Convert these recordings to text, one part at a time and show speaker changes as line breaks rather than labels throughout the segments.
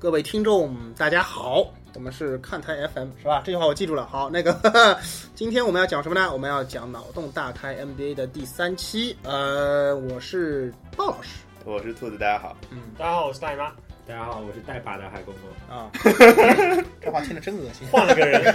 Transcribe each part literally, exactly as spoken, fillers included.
各位听众大家好，我们是看台 F M 是吧？这句话我记住了。好，那个呵呵今天我们要讲什么呢？我们要讲脑洞大开 N B A 的第三期。呃，我是鲍老师，
我是兔子，大家好。
嗯，大家好，我是大姨妈。
大家好，我是带把的海公公
啊。这话听着真恶心，
换了个人。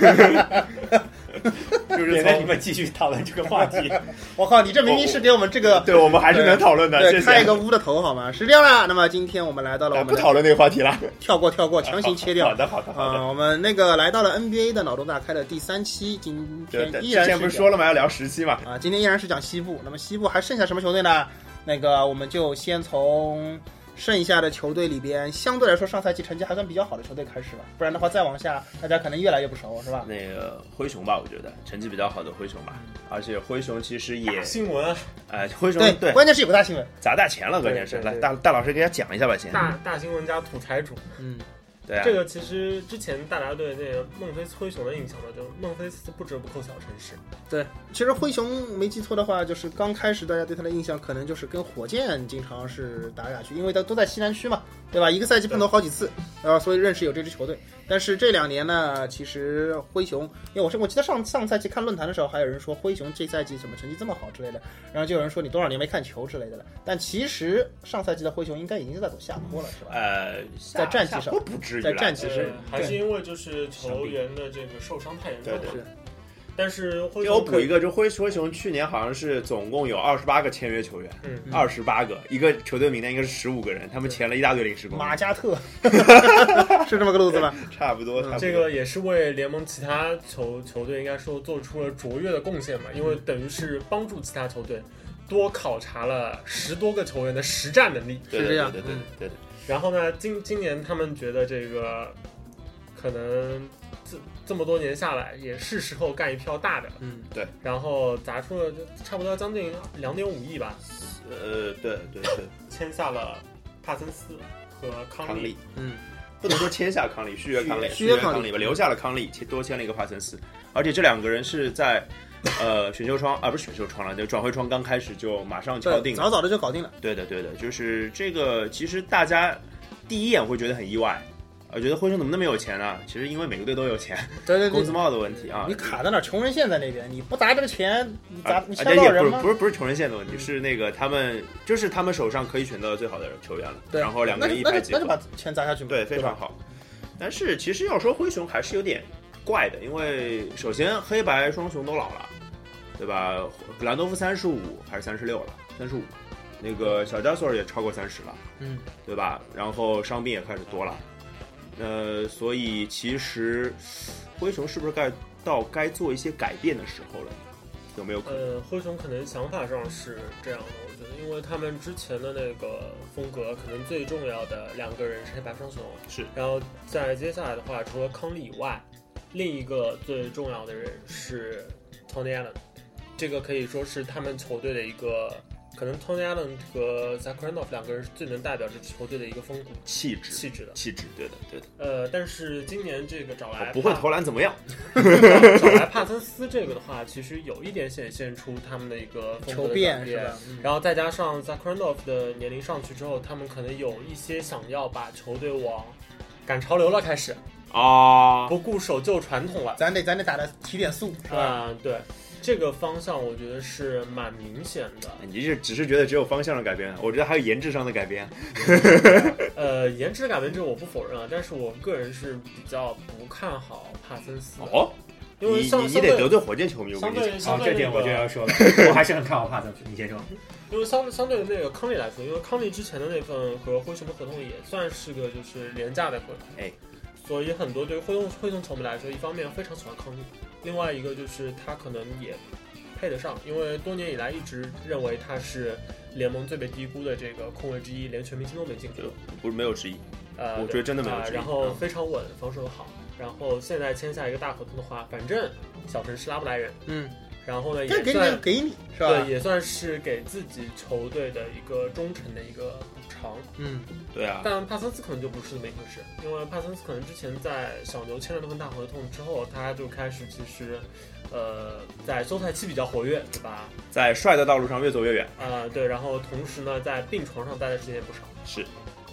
就是免得你们继续讨论这个话题。
我靠，你这明明是给我们这个，
对我们还是能讨论的。
对，
谢谢
开一个屋的头好吗？是这样的。那么今天我们来到了我们
不讨论那个话题了，
跳过跳过，强行切掉。
好的好的好的。
呃，我们那个来到了 N B A 的脑洞大开的第三期，今天依然是
之前不是说了吗？要聊十期嘛。
啊，今天依然是讲西部。那么西部还剩下什么球队呢？那个我们就先从剩下的球队里边，相对来说上赛季成绩还算比较好的球队开始吧，不然的话再往下，大家可能越来越不熟，是吧？
那个灰熊吧，我觉得成绩比较好的灰熊吧，而且灰熊其实也
新闻啊，
哎、呃，灰熊
对,
对，
关键是有个大新闻，
砸大钱了，关键是来大大老师给大家讲一下吧，先。
大大新闻加土财主，
嗯。
对啊、
这个其实之前大家对那个孟菲斯灰熊的印象呢，就孟菲斯不折不扣小城市。
对，其实灰熊没记错的话，就是刚开始大家对他的印象可能就是跟火箭经常是打下去，因为他都在西南区嘛，对吧？一个赛季碰头好几次，然后所以认识有这支球队。但是这两年呢，其实灰熊，因为我是我记得上上赛季看论坛的时候，还有人说灰熊这赛季怎么成绩这么好之类的，然后就有人说你多少年没看球之类的了。但其实上赛季的灰熊应该已经是在走下坡了，是吧？
呃，
在战绩上
不至于，
在战绩上
还是因为就是球员的这个受伤太严重了。
对对。
但是灰熊
我补一个，就灰灰熊去年好像是总共有二十八个签约球员，嗯，二十八个，一个球队名单应该是十五个人，他们签了一大堆临时工。
马加特是这么个路子吧？
差不多，差不多。
这个也是为联盟其他球球队应该说做出了卓越的贡献嘛，因为等于是帮助其他球队多考察了十多个球员的实战能力，
是这样，
对对对对对。
然后呢，今今年他们觉得这个可能这这么多年下来，也是时候干一票大的。
嗯，对。
然后砸出了差不多将近两点五亿吧。
呃，对对对。
签下了帕森斯和康利。
康利，
嗯，
不能说签下康利，续约康利，
续约
康利吧，留下了康利，多签了一个帕森斯，而且这两个人是在。呃，选秀窗啊，不是选秀窗了，就转会窗刚开始就马上敲定了，
早早的就搞定了。
对的，对的，就是这个，其实大家第一眼会觉得很意外，我觉得灰熊怎么那么有钱呢？其实因为每个队都有钱，
对对对，
工资帽的问题啊。
你卡在那儿，穷人线在那边，你不砸这个钱，你砸、啊、你
吓到人吗？不是不是穷人线的问题，嗯、是那个他们就是他们手上可以选择最好的球员了，
对，
然后两个人一拍即合，
那就把钱砸下去嘛，
对，非常好。但是其实要说灰熊还是有点怪的，因为首先黑白双雄都老了。对吧？格兰多夫三十五还是三十六了？三十五，那个小加索尔也超过三十了，
嗯，
对吧？然后伤病也开始多了，呃，所以其实灰熊是不是该到该做一些改变的时候了？有没有可能？
呃，灰熊可能想法上是这样的，我觉得，因为他们之前的那个风格，可能最重要的两个人是黑白双雄，
是，
然后在接下来的话，除了康利以外，另一个最重要的人是 Tony Allen。这个可以说是他们球队的一个，可能 Tony Allen 和 Zach Randolph 两个人是最能代表这支球队的一个风骨、
气质、
气质的
气质，对的，对的。
呃，但是今年这个找来
不会投篮怎么样？
找来帕森斯这个的话，其实有一点显现出他们的一个风格的转变，
嗯、
然后再加上 Zach Randolph 的年龄上去之后，他们可能有一些想要把球队往赶潮流了开始
啊，
不顾守旧传统了，
咱得咱得打的提点速，是吧？
啊、呃，对。这个方向我觉得是蛮明显的。
你是只是觉得只有方向的改变，我觉得还有颜值上的改变。
呃，颜值改变这个我不否认啊，但是我个人是比较不看好帕森斯。
哦，
因为
你你得得罪火箭球迷，我跟你
讲。
好，这点我就要说了，我还是很看好帕森斯。你先说。
因为相相对于那个康利来说，因为康利之前的那份和灰熊的合同也算是个就是廉价的合同，
哎，
所以很多对于灰熊灰熊球迷来说，一方面非常喜欢康利。另外一个就是他可能也配得上，因为多年以来一直认为他是联盟最被低估的这个控卫之一，连全明星都没进过，
不是没有之一。
呃，
我觉得真的没有之一。
呃、然后非常稳，防守好，然后现在签下一个大合同的话，反正小城市拉不来人，
嗯，
然后呢也
算给你给你是吧？
对，也算是给自己球队的一个忠诚的一个补偿。
嗯，
对啊。
但帕森斯可能就不是这么一回事，因为帕森斯可能之前在小牛签了那份大合同之后，他就开始其实，呃，在休赛期比较活跃，对吧？
在帅的道路上越走越远。
呃，对，然后同时呢，在病床上待的时间也不少。
是。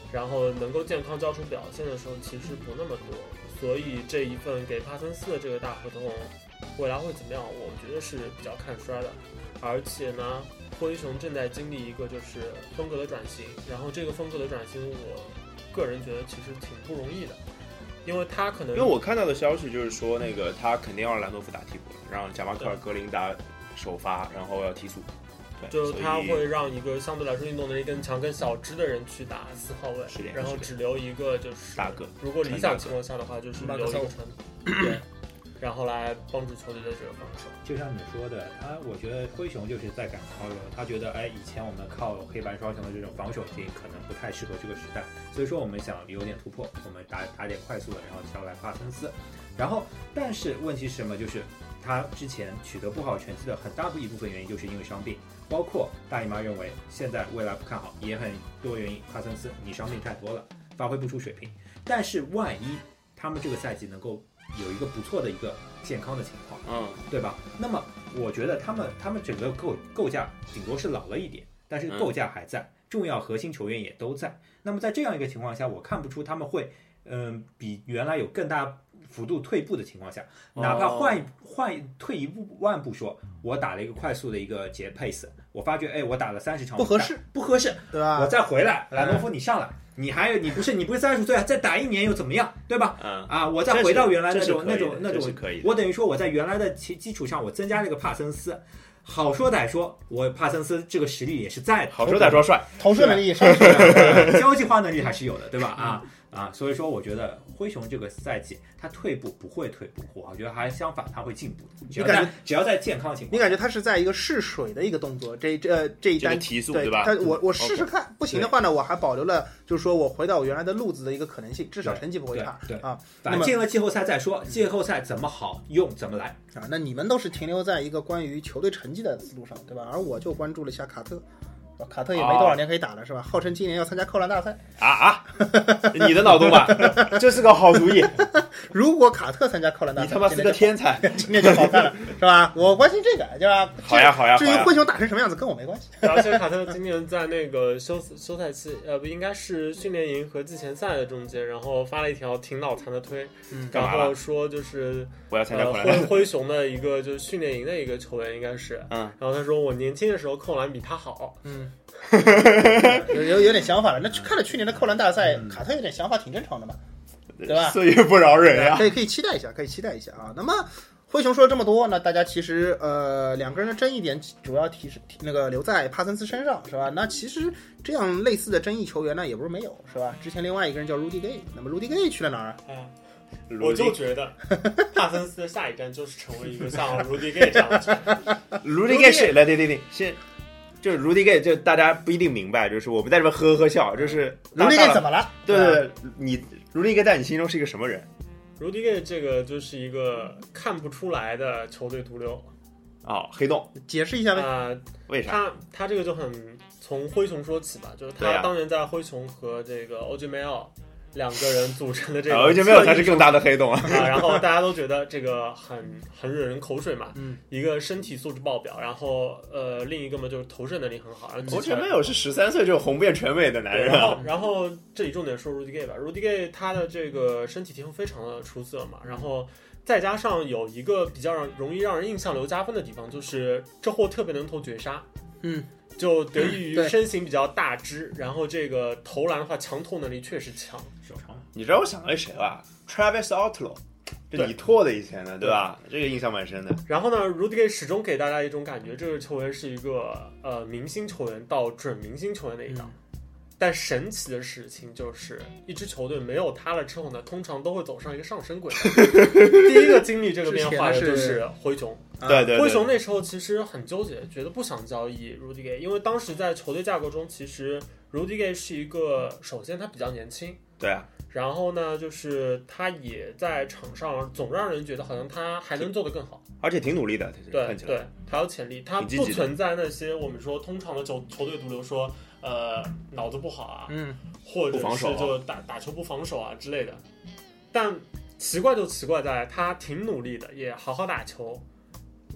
然后能够健康交出表现的时候其实不那么多，所以这一份给帕森斯的这个大合同未来会怎么样，我觉得是比较看衰的。而且呢，灰熊正在经历一个就是风格的转型，然后这个风格的转型我个人觉得其实挺不容易的，因为他可能
因为我看到的消息就是说，那个他肯定要让兰多夫打替补了，让贾马克尔格林打首发，然后要提速。对，
就他会让一个相对来说运动能力更强、更小只的人去打四号位，然后只留一个就是
大个。
如果理想情况下的话，就是留一个传，对，然后来帮助球队的这个防守。
就像你说的，他我觉得灰熊就是在赶超了，他觉得哎，以前我们靠黑白双雄的这种防守型可能不太适合这个时代，所以说我们想有点突破，我们打打点快速的，然后挑来帕森斯，然后但是问题是什么？就是他之前取得不好成绩的很大一部分原因就是因为伤病。包括大姨妈认为现在未来不看好，也很多原因。帕森斯你伤病太多了，发挥不出水平。但是万一他们这个赛季能够有一个不错的一个健康的情况，
嗯，
对吧？那么我觉得他们他们整个构构架顶多是老了一点，但是构架还在，嗯、重要核心球员也都在。那么在这样一个情况下，我看不出他们会嗯、呃、比原来有更大幅度退步的情况下，哪怕换换退一步万步说，我打了一个快速的一个节 pace， 我发觉哎，我打了三十场
不合适，
不合适，
对吧？
我再回来，兰多夫你上来，你还有你不是你不是三十岁，再打一年又怎么样，对吧？
嗯
啊，我再回到原来那种那种那种，
我
等于说我在原来的基基础上，我增加了一个帕森斯。好说歹说，我帕森斯这个实力也是在的。
好说歹说帅，
投射能力也上去
了，交际化能力还是有的，对吧？啊啊，所以说我觉得灰熊这个赛季他退步不会退步，我觉得还相反他会进步的。只要在只要在健康情况，
你感觉他是在一个试水的一个动作，这这这一单
提速
对
吧？
他我我试试看， okay. 不行的话呢，我还保留了就是说我回到我原来的路子的一个可能性，至少成绩不会差。
对
啊，
反正进了季后赛再说，季后赛怎么好用怎么来
啊。那你们都是停留在一个关于球队成绩的思路上，对吧？而我就关注了一下卡特。卡特也没多少年可以打了，是吧？号称今年要参加扣篮大赛
啊啊！你的脑洞吧，这是个好主意。
如果卡特参加扣篮大赛，
你他妈是个天才，
今年就好看了，是吧？我关心这个，对吧？
好呀好呀。
至于灰熊打成什么样子，跟我没关系。
而且卡特今年在那个休休赛期，呃，不应该是训练营和季前赛的中间，然后发了一条挺脑残的推，
嗯，
然后说就是
我要参加扣篮、
呃、灰灰熊的一个就是训练营的一个球员，应该是，
嗯，
然后他说我年轻的时候扣篮比他好，
嗯。有有有点想法了，那看了去年的扣篮大赛，嗯、卡特有点想法挺正常的嘛，对吧？
岁月不饶人呀、啊，
可以可以期待一下，可以期待一下啊。那么灰熊说了这么多，那大家其实呃两个人的争议点主要提示那个留在帕森斯身上，是吧？那其实这样类似的争议球员呢，也不是没有，是吧？之前另外一个人叫 Rudy Gay， 那么 Rudy Gay 去了哪儿？
嗯，我就觉得帕森斯的下一站就是成为一个像 Rudy Gay 这样的球员。
Rudy Gay 是来对对对，先。就是 Rudy Gay， 就大家不一定明白，就是我们在这边呵呵笑，就是
Rudy Gay 怎么了？
对对对，你 Rudy Gay 在你心中是一个什么人
？Rudy Gay 这个就是一个看不出来的球队毒瘤。
哦，黑洞，
解释一下呗。
啊、呃，
为啥？
他他这个就很从灰熊说起吧，就是他当年在灰熊和这个 O G 梅奥两个人组成的这个
O G 梅奥才是更大的黑洞啊！
啊，然后大家都觉得这个很很惹人口水嘛，
嗯，
一个身体素质爆表，然后呃，另一个嘛就是投射能力很好。
O G 梅奥是十三岁就红遍全美的男人、
啊。然后，然后这里重点说 Rudy Gay 吧 ，Rudy Gay 他的这个身体天赋非常的出色嘛，然后再加上有一个比较让容易让人印象留加分的地方，就是这货特别能投绝杀，
嗯。
就得益于身形比较大只，然后这个投篮的话，强投能力确实强。
手长，
你知道我想了谁吧 ？Travis Outlaw， 就你拓的以前的，对吧？这个印象蛮深的。
然后呢 ，Rudy Gay 始终给大家一种感觉，这个球员是一个呃明星球员到准明星球员那一档。嗯、但神奇的事情就是，一支球队没有他了之后呢，通常都会走上一个上升轨道。第一个经历这个变化的就是灰熊。
对对对，
灰熊那时候其实很纠结，觉得不想交易 Rudy Gay， 因为当时在球队架构中，其实 Rudy Gay 是一个，首先他比较年轻，
对啊，
然后呢，就是他也在场上总让人觉得好像他还能做得更好，
而且挺努力的，
对对，他有潜力，他不存在那些我们说通常的球球队毒瘤说，呃，脑子不好啊，
嗯，
或者是就打打球不防守啊之类的，但奇怪就奇怪在他挺努力的，也好好打球。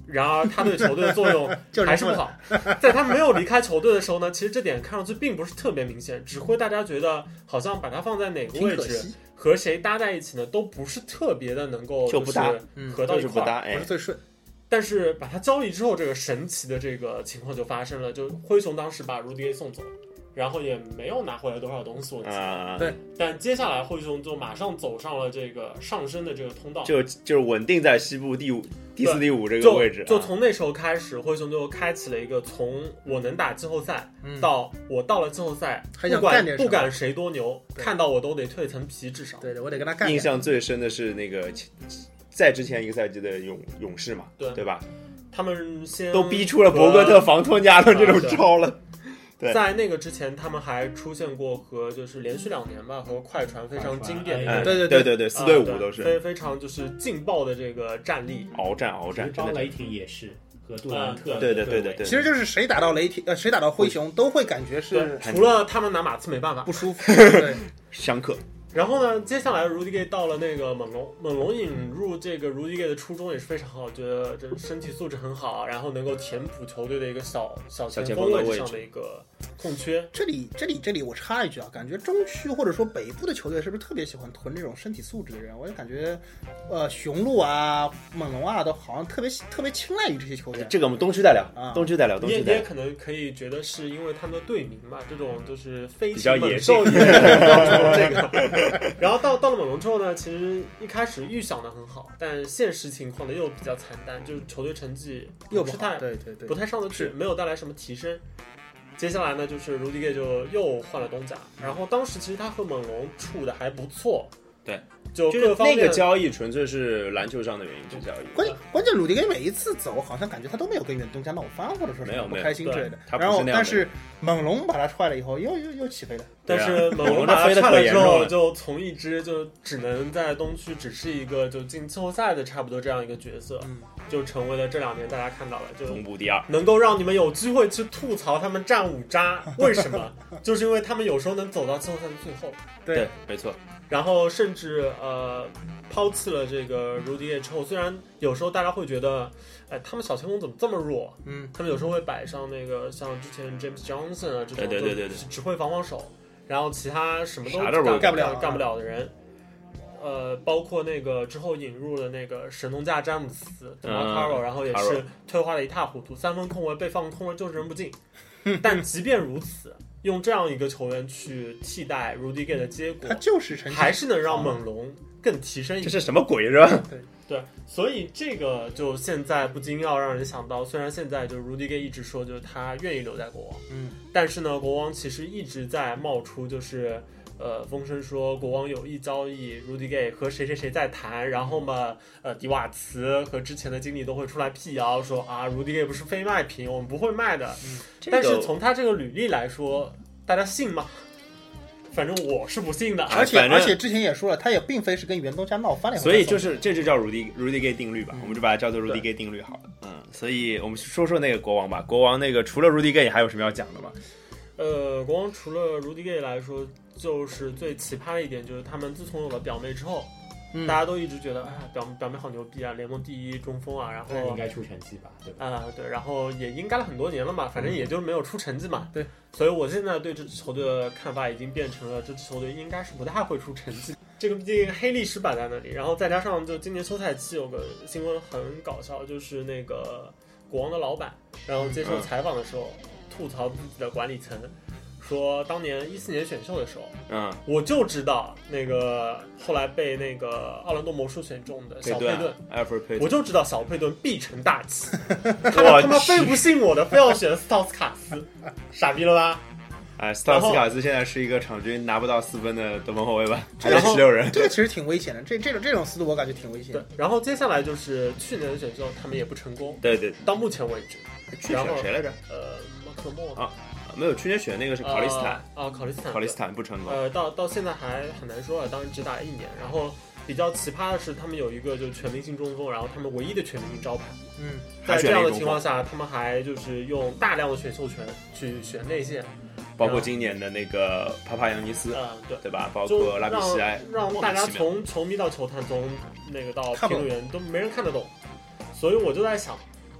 然而他对球队的作用
就是
还是不好。在他没有离开球队的时候呢，其实这点看上去并不是特别明显，只会大家觉得好像把他放在哪个位置
挺可惜，
和谁搭在一起呢，都不是特别的能够
就不搭
是合到一块儿。
就是不搭，哎
不是，最顺。
但是把他交易之后，这个神奇的这个情况就发生了，就灰熊当时把 Rudy Gay 送走，然后也没有拿回来多少东西，我记得。
啊，
对
但接下来灰熊就马上走上了这个上升的这个通道，
就就是稳定在西部第五、第四、第五这个
就
位置，
就
啊
从那时候开始，灰熊就开启了一个从我能打季后赛、
嗯
到我到了季后赛，
还
不
想干点什么
管不管谁多牛，
对
看到我都得蜕层皮，至少。
对的，我得跟他干。
印象最深的是那个在之前一个赛季的勇勇士嘛，
对
对吧？
他们先
都逼出了博格特防托尼亚伦这种
啊对
招了。对
在那个之前，他们还出现过和就是连续两年吧，和快船非常经典的一个
哎，
对对对
对对对，四对
啊
五都是
非非常就是劲爆的这个战力。
鏖战鏖战，真的是
包雷霆也是和杜兰特，
对对对对对
其实就是谁打到雷霆，呃，谁打到灰熊，都会感觉是
对，除了他们拿马刺没办法
不。舒服。对，
相克。
然后呢，接下来 Rudy Gay 到了那个猛龙，猛龙引入这个 Rudy Gay 的初衷也是非常好，觉得这身体素质很好，然后能够填补球队的一个小小前
前
锋
锋的位置
位置上的一个空缺。
这里这里这里我插一句啊，感觉中区或者说北部的球队是不是特别喜欢囤这种身体素质的人？我就感觉，呃，雄鹿啊、猛龙啊，都好像特别特别青睐于这些球员。
这个我们东区再聊
啊，
东区再聊，东
你也
区再聊。
你也可能可以觉得是因为他们的队名嘛，这种就是非
比较野
猛兽
性
也比较注重这个。然后到到了猛龙之后呢，其实一开始预想的很好，但现实情况呢又比较惨淡，就是球队成绩
又不好，
不是太
对对对
不，太上得去，没有带来什么提升。接下来呢，就是 Rudy Gay 就又换了东家，然后当时其实他和猛龙处的还不错，
对，
就
就是
各方面
那个交易纯粹是篮球上的原因去交易。
关键关键鲁迪给每一次走，好像感觉他都没有跟远东家闹翻，或者说是
没有
不开心之类的。
他不
然后
是那样的
但是猛龙把他踹了以后，又又又起飞了。
但是
对啊
猛龙把他
猛龙飞得
踹了之后，
可严重了
就从一支就只能在东区只是一个就进季后赛的差不多这样一个角色，
嗯，
就成为了这两年大家看到了就
东部第二，
能够让你们有机会去吐槽他们战五渣，为什么？就是因为他们有时候能走到季后赛的最后，
对，没错，
然后甚至呃抛弃了这个 Rudy Gay 之后，虽然有时候大家会觉得，哎，他们小前锋怎么这么弱？
嗯，
他们有时候会摆上那个像之前 James Johnson 啊这种，
对对对对对
就只会防防守，然后其他什么都
啥都不会
干
干不了
干不了的人。呃，包括那个之后引入了那个神农架詹姆斯、德马卡罗，然后也是
Carroll
退化的一塌糊涂，三分空位被放空了就是人不进。但即便如此，用这样一个球员去替代 Rudy Gay 的结果
他，就是成绩
还是能让猛龙更提升一点。
这是什么鬼是吧？
对，所以这个就现在不禁要让人想到，虽然现在就是 Rudy Gay 一直说就是他愿意留在国王，
嗯，
但是呢，国王其实一直在冒出就是。呃，风声说国王有意交易 Rudy Gay 和谁谁谁在谈，然后嘛，呃，迪瓦茨和之前的经理都会出来辟谣说啊 ，Rudy Gay 不是非卖品，我们不会卖的。
嗯
但是从他这个履历来说，大家信吗？反正我是不信的。
而且
反正
而且之前也说了，他也并非是跟远东家闹翻了，
所以就是这就叫 Rudy Rudy Gay 定律吧，
嗯
我们就把它叫做 Rudy Gay 定律好了。嗯，所以我们说说那个国王吧，国王那个除了 Rudy Gay 还有什么要讲的吗？
呃，国王除了 Rudy Gay 来说，就是最奇葩的一点就是他们自从有了表妹之后，
嗯
大家都一直觉得，哎，表表妹好牛逼啊，联盟第一中锋啊，然后
应该出成绩吧，对吧？
啊、对，然后也应该了很多年了嘛，反正也就是没有出成绩嘛。
对，
所以我现在对这支球队的看法已经变成了，这支球队应该是不太会出成绩。这个毕竟黑历史摆在那里，然后再加上就今年休赛期有个新闻很搞笑，就是那个国王的老板，然后接受采访的时候、吐槽自己的管理层。说当年一四年选秀的时候，
嗯，
我就知道那个后来被那个奥兰多魔术选中的小佩顿，
艾弗佩顿，
我就知道小佩顿必成大器。他们他妈非不信我的，非要选斯套斯卡斯，傻逼了吧？
哎，斯套斯卡斯现在是一个场均拿不到四分的得分后卫吧，还
然后
是十六人。
这个其实挺危险的，这这种这种思路我感觉挺危险
对
的。，
然后接下来就是去年的选秀，他们也不成功，
对对，
到目前为止，
去选谁来着？
呃，马克莫
啊没有，去年选那个是考利斯坦，
啊，考利斯坦，
考利斯坦不成功。
呃，到到现在还很难说了，当然只打了一年。然后比较奇葩的是，他们有一个就全明星中锋，然后他们唯一的全明星招牌。
嗯，
在这样的情况下，他们还就是用大量的选秀权去选内线，
包括今年的那个帕帕扬尼斯，
嗯，对。
对吧？包
就
括拉比西埃，
让让大家从球迷到球探，从那个到评论员都没人看得懂，所以我就在想，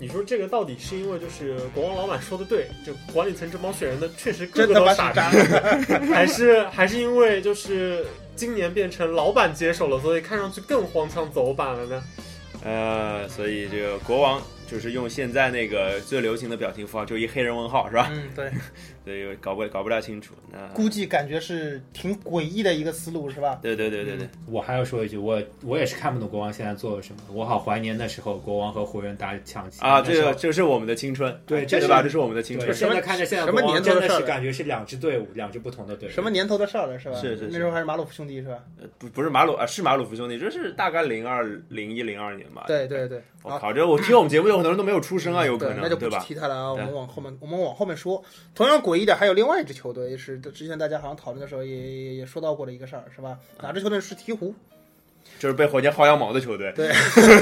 你说这个到底是因为就是国王老板说的对，就管理层这帮选人的确实个个都傻逼，还是还是因为就是今年变成老板接手了，所以看上去更荒腔走板了呢？
呃，所以这个国王就是用现在那个最流行的表情符号，就一黑人问号是吧？
嗯，对，
所以搞不搞不大清楚。那
估计感觉是挺诡异的一个思路是吧？
对对对对对。
我还要说一句，我我也是看不懂国王现在做了什么。我好怀念那时候国王和湖人打抢七
啊，这个这是我们的青春，
对，
这是吧？这是我们的青春。
现在看着现在
什么年头
真
的事儿？
的是感觉是两支队伍，两支不同的队伍。
什么年头的事儿了是吧？
是是是，
那时候还是马鲁夫兄弟是吧？
呃，不不是马鲁啊，是马鲁夫兄弟，这是大概零二零一零二年吧。
对对对。
我靠，这我听我们节目有很多人都没有出生啊，有可能，
那就不提他了啊。我们往后面，我们往后面说。同样诡异的还有另外一支球队，是之前大家好像讨论的时候也也也说到过的一个事儿，是吧？哪支球队是鹈鹕？
就是被火箭薅羊毛的球队。
对。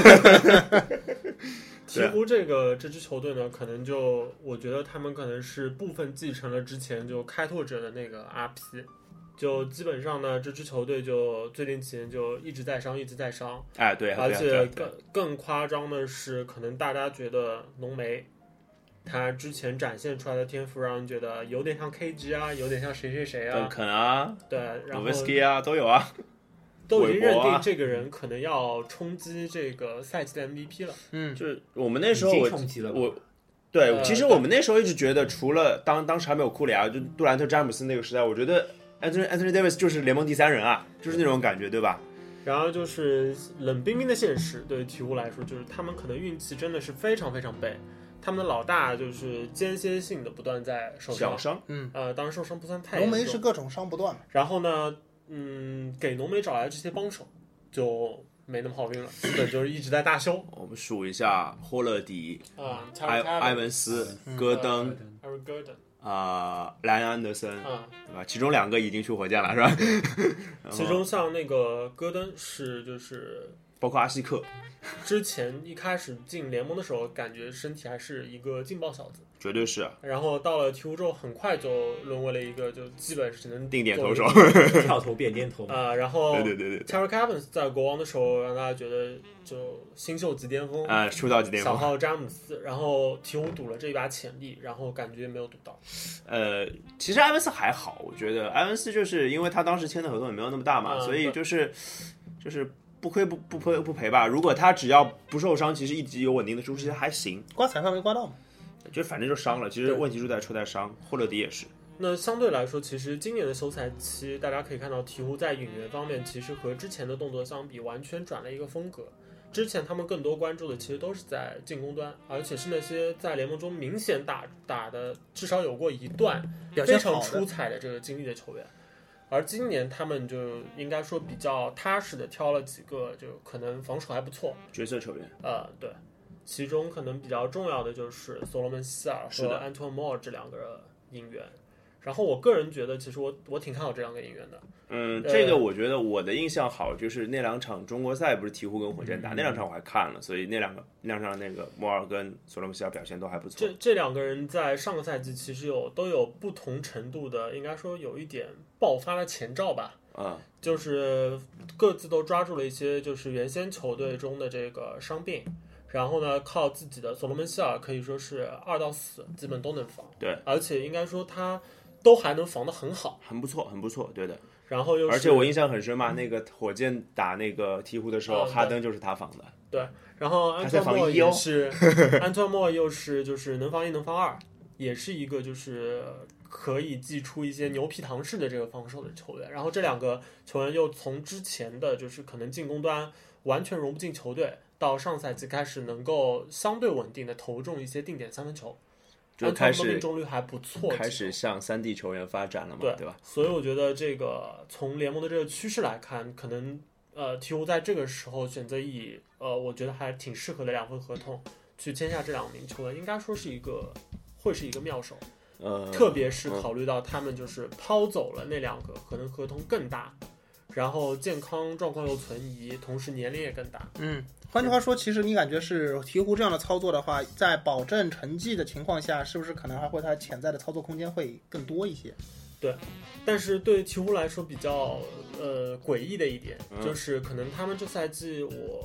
鹈鹕这个这支球队呢，可能就我觉得他们可能是部分继承了之前就开拓者的那个 R P。就基本上呢，这支球队就最近几年就一直在伤，一直在伤。
哎，对，
而且更更夸张的是，可能大家觉得浓眉，他之前展现出来的天赋让人觉得有点像 K G 啊，有点像谁谁谁啊，
邓肯啊，
对，然后
Nowitzki 啊都有啊，
都已经认定这个人可能要冲击这个赛季的 M V P 了。
嗯，就是我们那时候我
冲击了
我。对，其实我们那时候一直觉得，除了当当时还没有库里啊，就杜兰特、詹姆斯那个时代，我觉得。Anthony Anthony Davis 就是联盟第三人啊，就是那种感觉，对吧？
然后就是冷冰冰的现实，对于鹈鹕来说，就是他们可能运气真的是非常非常背。他们的老大就是间歇性的不断在受伤，
伤，
嗯，呃，当然受伤不算太严重。
浓眉是各种伤不断。
然后呢，嗯，给浓眉找来这些帮手就没那么好运了，基本就是一直在大修。
我们数一下：霍勒迪
啊，
埃埃文斯、戈登、
艾瑞戈登。
啊、呃，莱恩安德森，
嗯，
对吧？其中两个已经去火箭了，是吧？
其中像那个戈登是就是
包括阿西克，
之前一开始进联盟的时候，感觉身体还是一个劲爆小子，
绝对是。
然后到了鹈鹕之后，很快就沦为了一个就基本只能
定点投手，
跳投变颠投
啊、呃。然后
对对对对
，Terry Evans 在国王的时候，让大家觉得就新秀级巅峰
啊，出道级巅峰，
小号詹姆斯。然后鹈鹕赌了这一把潜力，然后感觉没有赌到。
呃，其实埃文斯还好，我觉得埃文斯就是因为他当时签的合同也没有那么大嘛，
嗯、
所以就是就是不亏不不亏不赔吧。如果他只要不受伤，其实一直有稳定的输出，其实还行。
刮彩票没刮到嘛？
就反正就伤了，其实问题就在车带伤，霍勒迪也是。
那相对来说，其实今年的休赛期，大家可以看到鹈鹕在引援方面，其实和之前的动作相比，完全转了一个风格。之前他们更多关注的其实都是在进攻端，而且是那些在联盟中明显打打的至少有过一段非常出彩的这个经历的球员。而今年他们就应该说比较踏实的挑了几个就可能防守还不错
角色球员。
呃，对，其中可能比较重要的就是所罗门希尔和安托莫尔这两个引援。然后我个人觉得，其实我我挺看好这两个引援的。
嗯，这个我觉得我的印象好，就是那两场中国赛不是鹈鹕跟火箭打，嗯、那两场我还看了，所以那两个那两场那个摩尔跟索罗门希尔表现都还不错。
这这两个人在上个赛季其实有都有不同程度的，应该说有一点爆发的前兆吧。
啊、嗯，
就是各自都抓住了一些就是原先球队中的这个伤病。然后呢，靠自己的所罗门希尔可以说是二到四基本都能防，
对，
而且应该说他都还能防得很好，
很不错，很不错，对的。
然后又是，
而且我印象很深嘛，那个火箭打那个鹈鹕的时候，
嗯、
哈登就是他防的，
对。然后安托莫也是，安托莫又是就是能防一能防二，也是一个就是可以祭出一些牛皮糖式的这个防守的球员。然后这两个球员又从之前的就是可能进攻端完全融不进球队。到上赛季开始能够相对稳定的投中一些定点三分球，
就开始
命中率还不错，
开始向三 D 球员发展了嘛，
对
对吧？
所以我觉得这个从联盟的这个趋势来看，可能呃鹈鹕在这个时候选择以呃我觉得还挺适合的两份合同去签下这两名球员，应该说是一个会是一个妙手。
呃，
特别是考虑到他们就是抛走了那两个可能合同更大，然后健康状况又存疑，同时年龄也更大。
嗯。换句话说，其实你感觉是鹈鹕这样的操作的话，在保证成绩的情况下，是不是可能还会它潜在的操作空间会更多一些？
对，但是对鹈鹕来说比较呃诡异的一点，
嗯、
就是可能他们这赛季我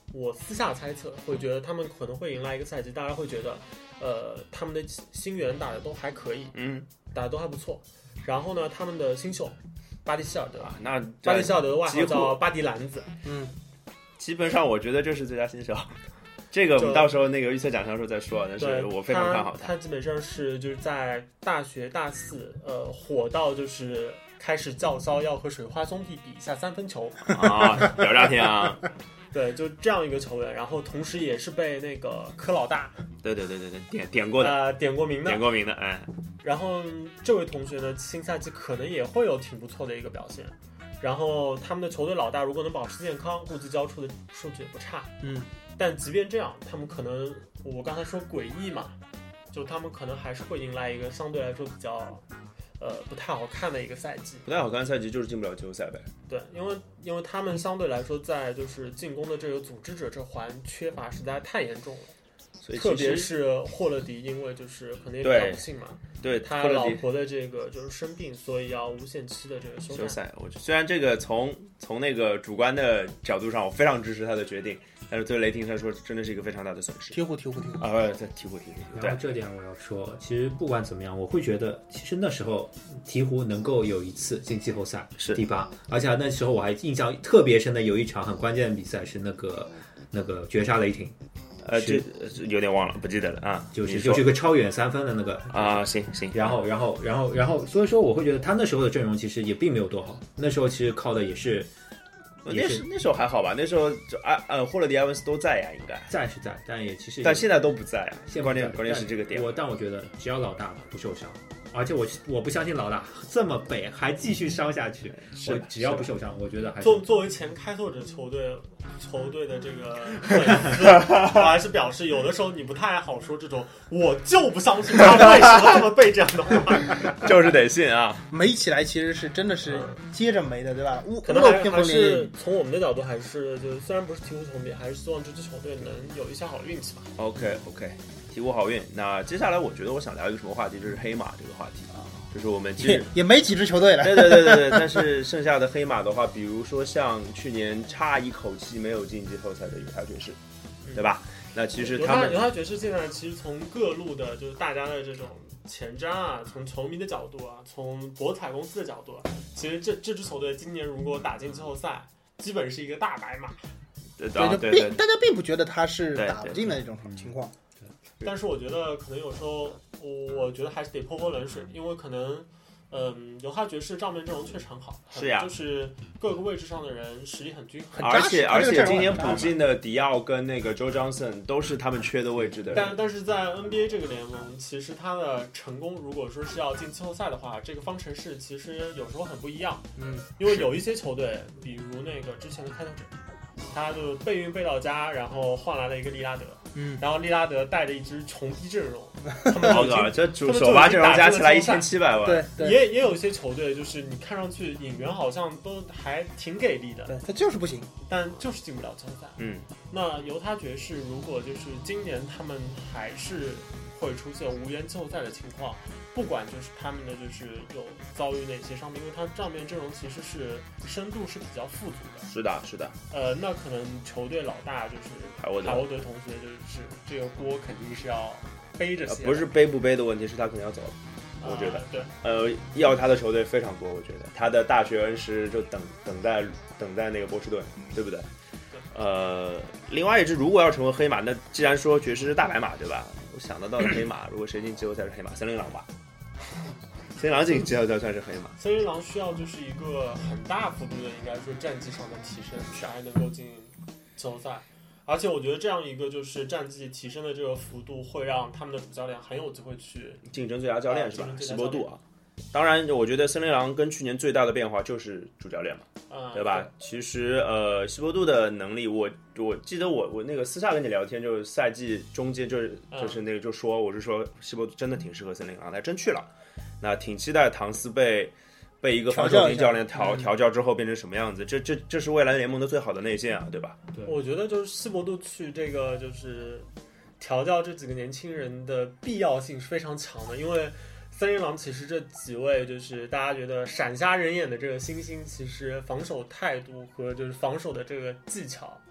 我私下猜测会觉得他们可能会迎来一个赛季，大家会觉得，呃，他们的新援打的都还可以，
嗯，
打的都还不错。然后呢，他们的新秀巴蒂希尔德，
啊，那
巴蒂希尔德的外号
几乎
叫巴迪篮子，
嗯，
基本上我觉得这是最佳新秀。这个我们到时候那个预测奖项时候再说，但是我非常看好
他。他基本上是就是在大学大四，呃，火到就是开始叫嚣要和水花兄弟比一下三分球
啊，屌炸天啊！
对，就这样一个球员，然后同时也是被那个柯老大，
对对对对对，点点过的，
呃，点过名的，
点过名的，哎。
然后这位同学呢，新赛季可能也会有挺不错的一个表现。然后他们的球队老大如果能保持健康，估计交出的数据也不差。
嗯。
但即便这样，他们可能我刚才说诡异嘛，就他们可能还是会迎来一个相对来说比较，呃，不太好看的一个赛季。
不太好看的赛季就是进不了季后赛呗。
对，因为因为他们相对来说在就是进攻的这个组织者这环缺乏实在太严重了。
所以
特别是霍勒迪，因为就是可能也比较不幸嘛，
对
他老婆的这个就是生病，所以要无限期的这个休
赛。我虽然这个从从那个主观的角度上，我非常支持他的决定，但是对雷霆来说，真的是一个非常大的损失。
鹈鹕，鹈鹕，鹈鹕
啊，对，鹈鹕，鹈鹕。
然后这点我要说，其实不管怎么样，我会觉得，其实那时候鹈鹕能够有一次进季后赛
是
第八，而且那时候我还印象特别深的有一场很关键的比赛是那个那个绝杀雷霆。
呃，这有点忘了，不记得了啊。
就是就是一个超远三分的那个
啊，行行。
然后然后然后然后，所以说我会觉得他那时候的阵容其实也并没有多好，那时候其实靠的也是，
那时那时候还好吧，那时候就啊呃霍勒迪、埃文斯都在呀，应该
在是在，但也其实
但现在都不在啊。
现在
关键关键是这个点。
我但我觉得只要老大不受伤。而且我我不相信老大这么北还继续伤下去，我只要不受伤，我觉得还是
作作为前开拓者球队球队的这个粉丝，我还是表示有的时候你不太好说这种，我就不相信他为什么这么背这样的话，
就是得信啊。
没起来其实是真的是接着没的，对吧？
可能还还是从我们的角度，还是就是虽然不是鹈鹕球迷，还是希望这支球队能有一些好运气吧。
OK OK。鹈鹕好运。那接下来我觉得我想聊一个什么话题，就是黑马这个话题啊，就是我们其实
也, 也没几支球队了，
对对对对对。但是剩下的黑马的话，比如说像去年差一口气没有进季后赛的犹他爵士，对吧？那其实他们
犹他爵士现在其实从各路的就是大家的这种前瞻啊，从球迷的角度啊，从博彩公司的角度啊，其实这这支球队今年如果打进季后赛，基本是一个大白马。
对
对对对，大家并不觉得他是打不进的那种情况。
但是我觉得可能有时候，我觉得还是得泼泼冷水，因为可能，嗯，犹他爵士账面阵容确实很好，
是呀，
就是各个位置上的人实力很均衡，
而且而且今年补进的迪奥跟那个 Joe Johnson 都是他们缺的位置的人。
但但是在 N B A 这个联盟，其实他的成功，如果说是要进季后赛的话，这个方程式其实有时候很不一样。
嗯，
因为有一些球队，比如那个之前的开拓者。他就备孕备到家，然后换来了一个利拉德，
嗯，
然后利拉德带着一支穷逼阵容，他们
好搞，这主首发阵容加起来一千七百万，
对，对
也也有一些球队，就是你看上去引援好像都还挺给力的，
对，他就是不行，
但就是进不了季后赛。
嗯，
那犹他爵士如果就是今年他们还是会出现无缘季后赛的情况，不管就是他们的就是有遭遇哪些伤病，因为他账面阵容其实是深度是比较富足的。
是的，是的。
呃，那可能球队老大就是海沃德同学，就是这个锅肯定是要背着、呃。
不是背不背的问题，是他可能要走了。我觉得，
呃、对，
呃，要他的球队非常多，我觉得他的大学恩师就等等待等待那个波士顿，对不对？
对。
呃，另外一支如果要成为黑马，那既然说爵士是大白马，对吧？我想得到的黑马，如果谁进季后赛是黑马，森林狼吧。森林狼进季后赛算是黑马。
森林狼需要就是一个很大幅度的，应该说战绩上的提升，才能够进季后赛。而且我觉得这样一个就是战绩提升的这个幅度，会让他们的主教练很有机会去
竞争最佳教练、啊、是吧？希伯杜啊。当然，我觉得森林狼跟去年最大的变化就是主教练嘛，
嗯、
对吧？
对
其实呃，希伯杜的能力，我我记得我我那个私下跟你聊天，就是赛季中间就是就是那个就说，我是说希伯杜真的挺适合森林狼，他真去了。那挺期待唐斯被被一个防守型教练调调教之后变成什么样子，这这这是未来联盟的最好的内线啊，对吧？
对，我觉得就是希伯杜去这个就是调教这几个年轻人的必要性是非常强的，因为森林狼其实这几位就是大家觉得闪瞎人眼的这个新星，其实防守态度和就是防守的这个技巧，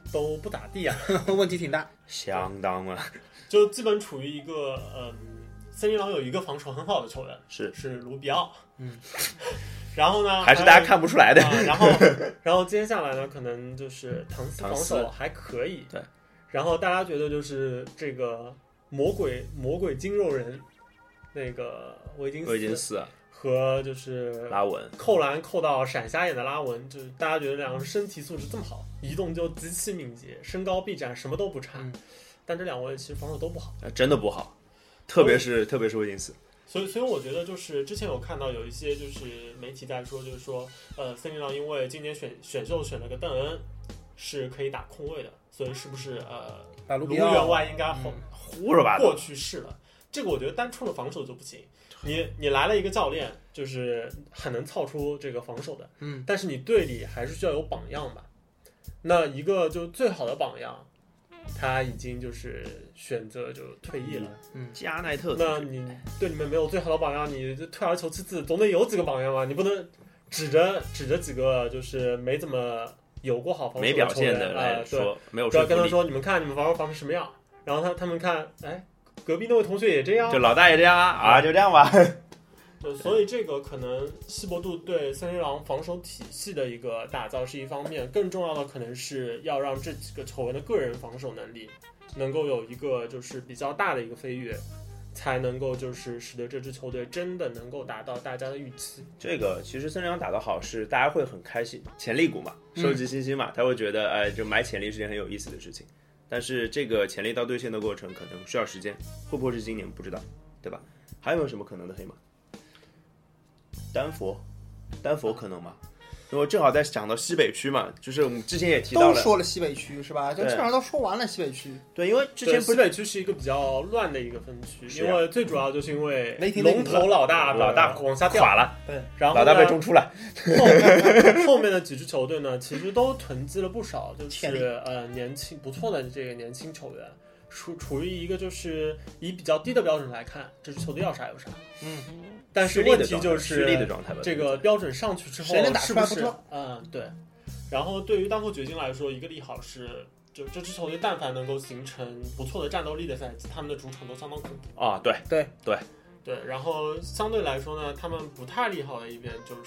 都不咋地啊，
问题挺大。
相当啊，
就基本处于一个嗯，森林狼有一个防守很好的球员
是
是卢比奥，
嗯，
然后呢
还是大家看不出来的。
啊、然后然后接下来呢，可能就是唐斯防守还可以，
对，
然后大家觉得就是这个魔鬼魔鬼筋肉人那个维金斯
维金斯
和就是
拉文
扣篮扣到闪瞎眼的拉文，就是大家觉得两个人身体素质这么好，移动就极其敏捷，身高臂展什么都不差，
嗯、
但这两位其实防守都不好，
真的不好，特别是特别是维金斯。
所以，所以我觉得就是之前有看到有一些就是媒体在说，就是说，呃，森林狼因为今年选选秀选了个邓恩，是可以打控卫的，所以是不是呃，卢
打比奥
员外应该
嗯
胡说八道
过去式了？这个我觉得单冲了防守就不行。你你来了一个教练，就是很能操出这个防守的，
嗯，
但是你队里还是需要有榜样吧？那一个就最好的榜样，他已经就是选择就退役了。
嗯，
加奈特，
那你队里面没有最好的榜样，你退而求其次，总得有几个榜样嘛。你不能指着指着几个就是没怎么有过好防守
没表现的
的
来说，
呃、
没有
主要跟他
说服力。
说，你们看你们防守防成什么样，然后他他们看，哎，隔壁那位同学也这样，
就老大也这样啊啊，就这样吧。
对，所以这个可能西伯杜对森林狼防守体系的一个打造是一方面，更重要的可能是要让这几个球员的个人防守能力能够有一个就是比较大的一个飞跃，才能够就是使得这支球队真的能够达到大家的预期。
这个其实森林狼打得好是大家会很开心，潜力股嘛，收集信息嘛，嗯、他会觉得哎，就买潜力是件很有意思的事情。但是这个潜力到兑现的过程可能需要时间，会不会是今年不知道，对吧？还有没有什么可能的黑马？丹佛，丹佛可能吗？因为正好在讲到西北区嘛，就是我们之前也提到了，
都说了西北区是吧？就基本上都说完了西北区。
对，因为之前不
西北区是一个比较乱的一个分区，
啊、
因为最主要就是因为龙头老大
老大
往下掉
垮了，
对，然后
老大被中出了。
后, 后面的几支球队呢，其实都囤积了不少，就是呃年轻不错的这个年轻球员。处处于一个就是以比较低的标准来看，这支球队要啥有啥。
嗯，
但是问题就是这个标准上去之后，
谁能打出来不知
道。嗯，对。然后对于丹佛掘金来说，一个利好是，就这支球队但凡能够形成不错的战斗力的赛季，他们的主场都相当恐怖。
啊，对
对
对
对。然后相对来说呢，他们不太利好的一边就是，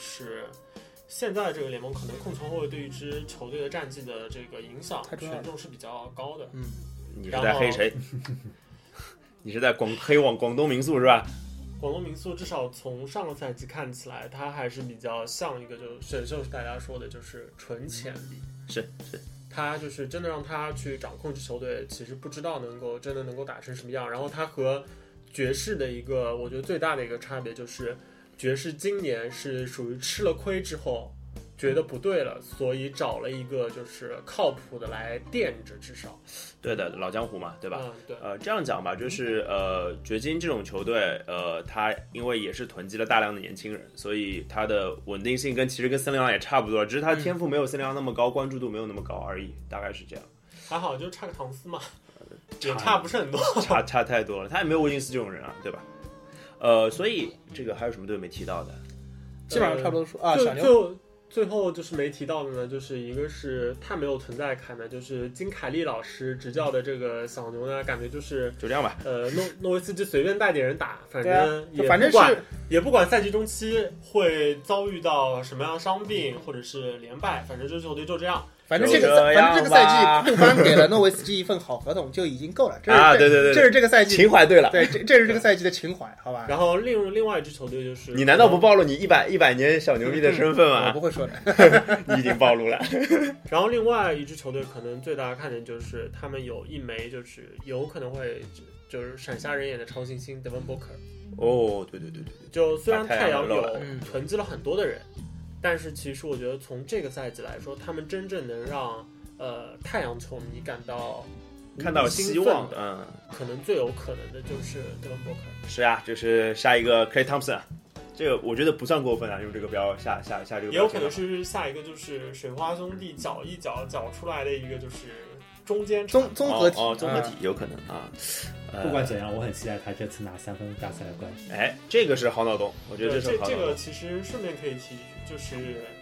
现在这个联盟可能控球后卫对一支球队的战绩的这个影响权重是比较高的。
嗯。
你是在黑谁？你是在广黑网广东民宿是吧？
广东民宿至少从上个赛季看起来，它还是比较像一个，就选秀大家说的就是纯潜力。
是是，
他就是真的让他去掌控支球队，其实不知道能够真的能够打成什么样。然后他和爵士的一个，我觉得最大的一个差别就是，爵士今年是属于吃了亏之后。觉得不对了，所以找了一个就是靠谱的来垫着，至少。
对的，老江湖嘛，对吧？
嗯，对。
呃，这样讲吧，就是呃，掘金这种球队，呃，他因为也是囤积了大量的年轻人，所以他的稳定性跟其实跟森林狼也差不多，只是他的天赋没有森林狼那么高，关注度没有那么高而已，大概是这样。
还好，就差个唐斯嘛，也差不是很多，
差差太多了。他也没有维金斯这种人啊，对吧？呃，所以这个还有什么队没提到的？
基本上差不多说、呃、啊，小
牛。最后就是没提到的呢，就是一个是太没有存在感的，就是金凯利老师执教的这个小牛呢，感觉就是
就这样吧。
呃，诺诺维斯基随便带点人打，反正也不管、
啊、反正是
也不管赛季中期会遭遇到什么样的伤病或者是连败，反正这支球队就这样。
反正这个反正这个赛季库班给了诺维斯基一份好合同就已经够了。这是
啊，对对对，
这是这个赛季
情怀对了。
对，这这是这个赛季的情怀，好吧？
然后另另外一支球队就是，
你难道不暴露你一百一百年小牛逼的身份吗？
我不会说的，
你已经暴露了。
然后另外一支球队可能最大的看点就是他们有一枚就是有可能会就是闪瞎人眼的超新星 Devin Booker。
哦，对对对对对，
就虽然太阳有
嗯
囤积了很多的人，但是其实我觉得从这个赛季来说，他们真正能让呃太阳球迷感到
看到希望的，嗯，
可能最有可能的就是 Devin Booker。
是啊，就是下一个 Klay Thompson， 这个我觉得不算过分啊，用这个标下下下这个标。
也有可能是下一个就是水花兄弟搅一搅搅出来的一个就是中间
综综合体，
哦，哦综合体有可能啊。
不管怎样，我很期待他这次拿三分大赛的冠军。
哎，这个是好脑洞，我觉得这是好脑洞。
这这个其实顺便可以提，就是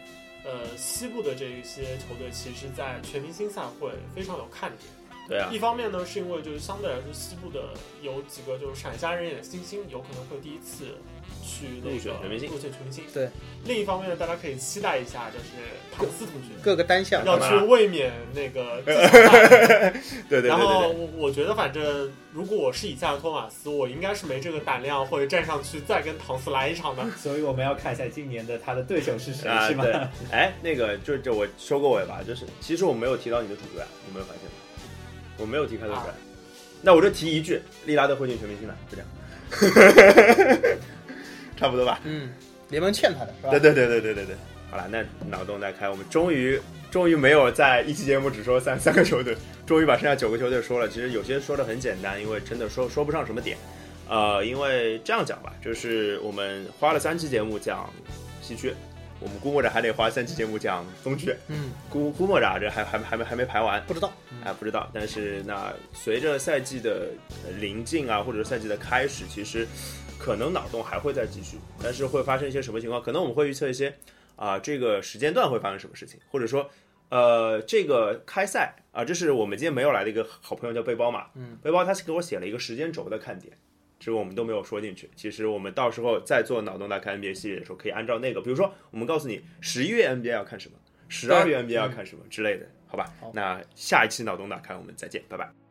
呃，西部的这一些球队，其实在全明星赛会非常有看点。
对啊，
一方面呢，是因为就是相对来说，西部的有几个就是闪瞎人眼的新星，有可能会第一次去那个
入选全明星
入选全明星。
对。
另一方面呢，大家可以期待一下，就是唐斯同学
各个单项
要去卫冕那个
对对对对。
然后我我觉得，反正如果我是以下的托马斯，我应该是没这个胆量会站上去再跟唐斯来一场的。
所以我们要看一下今年的他的对手是谁，
啊、
是吗？
哎，那个就就我收个尾吧，就是其实我没有提到你的主队，你有没有发现吗？我没有提开拓者、啊，那我就提一句，利拉德会进全明星了，就这样，差不多吧？
嗯，联盟欠他的是吧？
对对对对对对对。好了，那脑洞大开，我们终于终于没有在一期节目只说三三个球队，终于把剩下九个球队说了。其实有些说的很简单，因为真的说说不上什么点。呃，因为这样讲吧，就是我们花了三期节目讲西区。我们估摸着还得花三期节目讲东区，
嗯，
估估摸着这还还还没还没排完，
不知道，
哎、嗯，不知道。但是那随着赛季的临近啊，或者赛季的开始，其实可能脑洞还会再继续，但是会发生一些什么情况？可能我们会预测一些啊、呃，这个时间段会发生什么事情，或者说呃，这个开赛啊、呃，这是我们今天没有来的一个好朋友叫背包嘛，
嗯，
背包他是给我写了一个时间轴的看点。这个我们都没有说进去。其实我们到时候再做脑洞大开 N B A 系列的时候，可以按照那个，比如说我们告诉你十一月 N B A 要看什么，十二月 N B A 要看什么之类的，好吧？
好，
那下一期脑洞大开我们再见，拜拜。